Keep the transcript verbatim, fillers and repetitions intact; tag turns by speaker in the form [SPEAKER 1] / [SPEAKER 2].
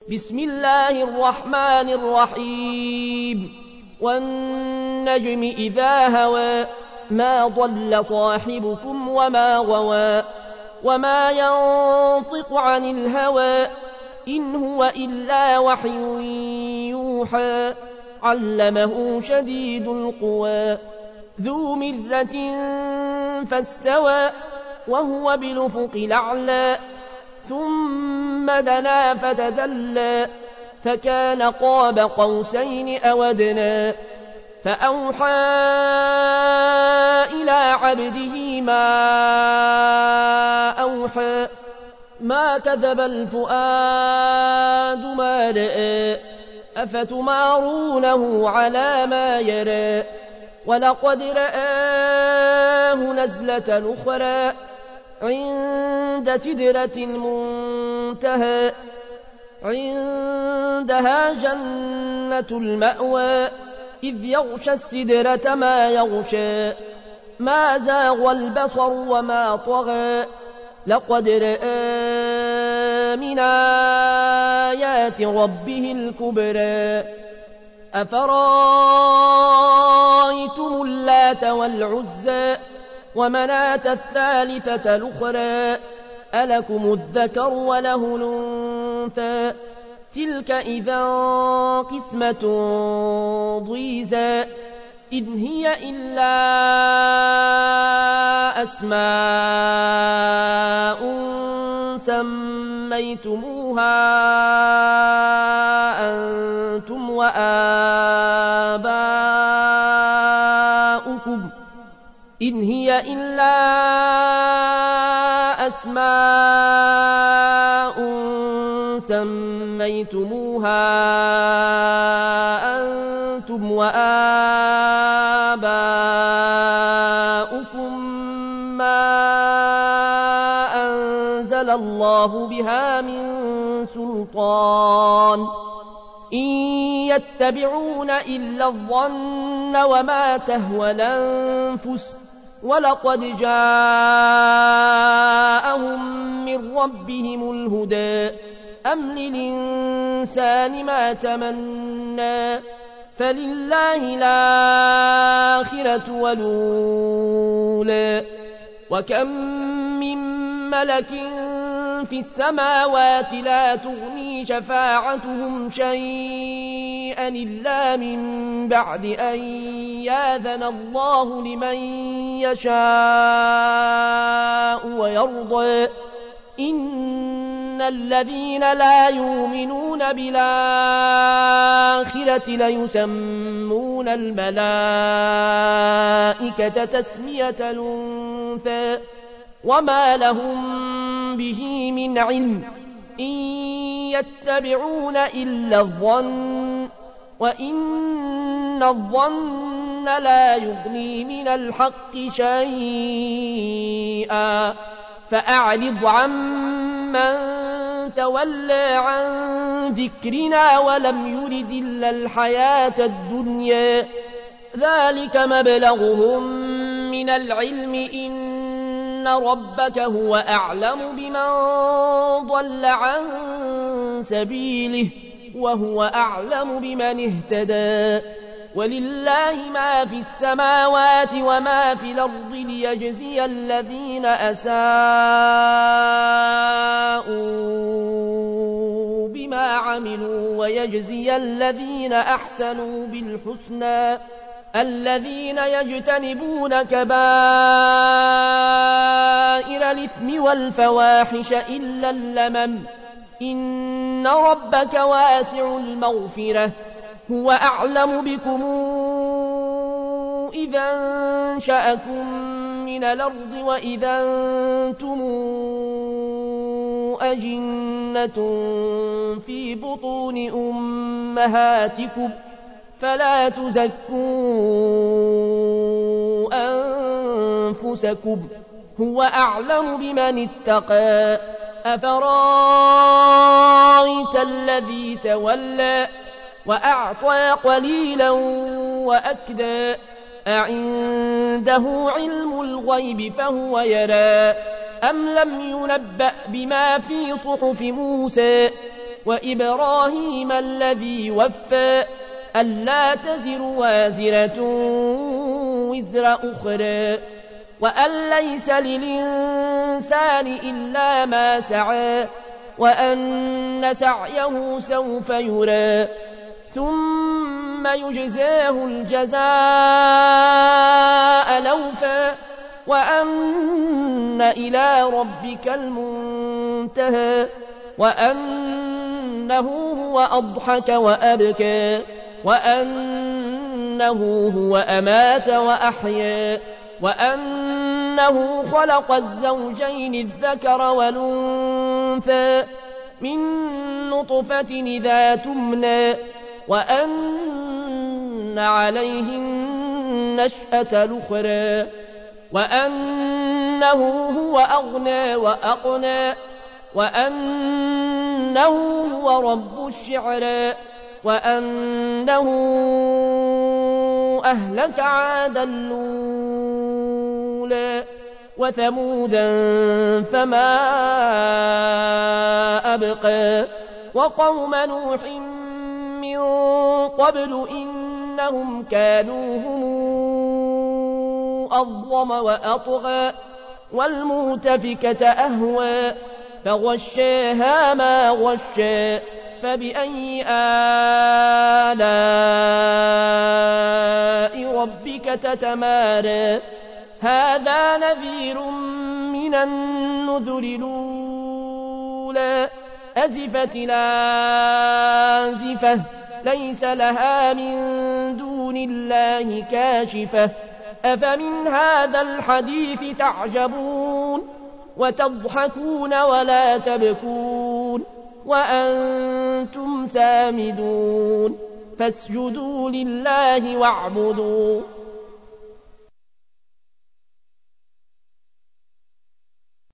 [SPEAKER 1] بسم الله الرحمن الرحيم والنجم إذا هوى ما ضل صاحبكم وما غوى وما ينطق عن الهوى إن هو إلا وحي يوحى علمه شديد القوى ذو مرة فاستوى وهو بالأفق الأعلى ثم دنا فتدلى فكان قاب قوسين أو أدنى فأوحى إلى عبده ما أوحى ما كذب الفؤاد ما رأى أفتمارونه على ما يرى ولقد رآه نزلة أخرى عند سدرة المنتهى عندها جنة المأوى إذ يغشى السدرة ما يغشى ما زاغ البصر وما طغى لقد رأى من آيات ربه الكبرى أفرأيتم اللات والعزى ومناة الثالثة الأخرى ألكم الذكر وله الأنثى تلك إذا قسمة ضيزى إن هي إلا أسماء سميتموها أنتم وآباؤكم إن هي إلا أسماء سميتموها أنتم وآباؤكم ما أنزل الله بها من سلطان إن يتبعون إلا الظن وما تهوى الأنفس ولقد جاءهم من ربهم الهدى أم للإنسان ما تمنى فلله الآخرة والأولى وكم من ملك في السماوات لا تغني شفاعتهم شيئا إلا من بعد أن ياذن الله لمن يشاء ويرضى إن الذين لا يؤمنون بالآخرة ليسمون الملائكة تسمية الأنثى وما لهم به من علم إن يتبعون إلا الظن وإن الظن لا يغني من الحق شيئا فأعرض عمن تولى عن ذكرنا ولم يرد إلا الحياة الدنيا ذلك مبلغهم من العلم إن ربك هو أعلم بمن ضل عن سبيله وهو أعلم بمن اهتدى ولله ما في السماوات وما في الأرض ليجزي الذين أساءوا بما عملوا ويجزي الذين أحسنوا بالحسنى الذين يجتنبون كبائر الإثم والفواحش إلا اللمم إن ربك واسع المغفرة هو أعلم بكم إذا انشأكم من الأرض وإذا أنتم أجنة في بطون أمهاتكم فلا تزكوا أنفسكم هو أعلم بمن اتقى أفرايت الذي تولى وأعطى قليلا وأكدى أعنده علم الغيب فهو يرى أم لم ينبأ بما في صحف موسى وإبراهيم الذي وفى ألا تزر وازرة وزر أخرى وأن ليس للإنسان إلا ما سعى وأن سعيه سوف يرى ثم يجزاه الجزاء الأوفى وأن إلى ربك المنتهى وأنه هو أضحك وأبكى وأنه هو أمات وأحيا وأنه خلق الزوجين الذكر والأنثى من نطفة إذا تمنى وأن عليه النشأة الأخرى وأنه هو أغنى وأقنى وأنه هو رب الشعرى وأنه أهلك عادا الأولى وثمودا فما أبقى وقوم نوح من قبل إنهم كانوا هم أظلم وأطغى والمؤتفكة أهوى فغشاها ما غشى فبأي آلاء ربك تتمارى هذا نذير من النذر الأولى أزفت الآزفة ليس لها من دون الله كاشفة أفمن هذا الحديث تعجبون وتضحكون ولا تبكون وأنتم سامدون فاسجدوا لله واعبدوا